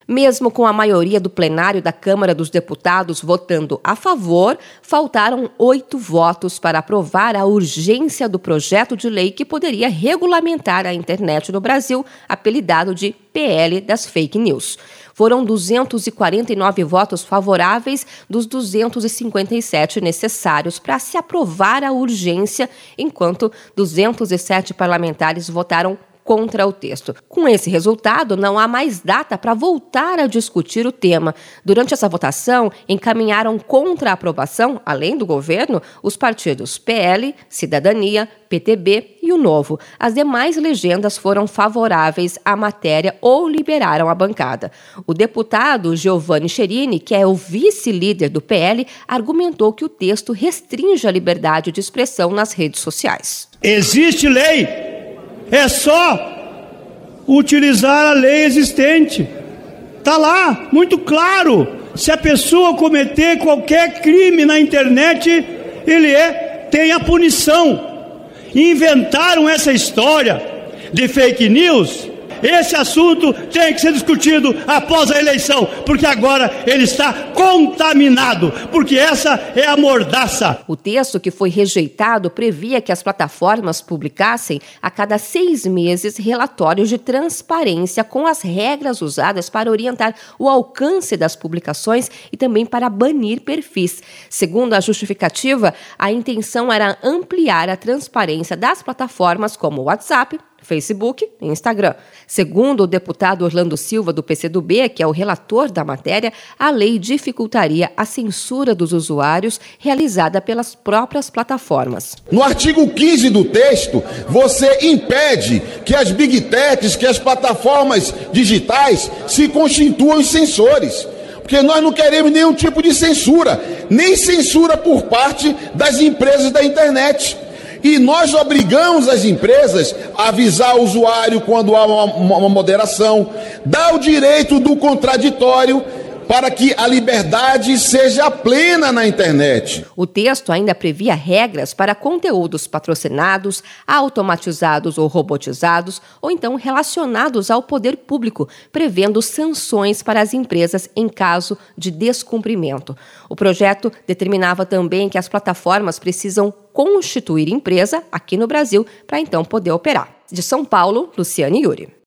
Mesmo com a maioria do plenário da Câmara dos Deputados votando a favor, faltaram 8 votos para aprovar a urgência do projeto de lei que poderia regulamentar a internet no Brasil, apelidado de PL das Fake News. Foram 249 votos favoráveis dos 257 necessários para se aprovar a urgência, enquanto 207 parlamentares votaram contra o texto. Com esse resultado, não há mais data para voltar a discutir o tema. Durante essa votação, encaminharam contra a aprovação, além do governo, os partidos PL, Cidadania, PTB e o Novo. As demais legendas foram favoráveis à matéria ou liberaram a bancada. O deputado Giovanni Cherini, que é o vice-líder do PL, argumentou que o texto restringe a liberdade de expressão nas redes sociais. Existe lei. É só utilizar a lei existente. Está lá, muito claro. Se a pessoa cometer qualquer crime na internet, tem a punição. Inventaram essa história de fake news. Esse assunto tem que ser discutido após a eleição, porque agora ele está contaminado, porque essa é a mordaça. O texto que foi rejeitado previa que as plataformas publicassem a cada 6 meses relatórios de transparência com as regras usadas para orientar o alcance das publicações e também para banir perfis. Segundo a justificativa, a intenção era ampliar a transparência das plataformas como o WhatsApp, Facebook e Instagram. Segundo o deputado Orlando Silva, do PCdoB, que é o relator da matéria, a lei dificultaria a censura dos usuários realizada pelas próprias plataformas. No artigo 15 do texto, você impede que as big techs, que as plataformas digitais se constituam em censores. Porque nós não queremos nenhum tipo de censura, nem censura por parte das empresas da internet. E nós obrigamos as empresas a avisar o usuário quando há uma moderação, dar o direito do contraditório para que a liberdade seja plena na internet. O texto ainda previa regras para conteúdos patrocinados, automatizados ou robotizados, ou então relacionados ao poder público, prevendo sanções para as empresas em caso de descumprimento. O projeto determinava também que as plataformas precisam constituir empresa aqui no Brasil para então poder operar. De São Paulo, Luciane Yuri.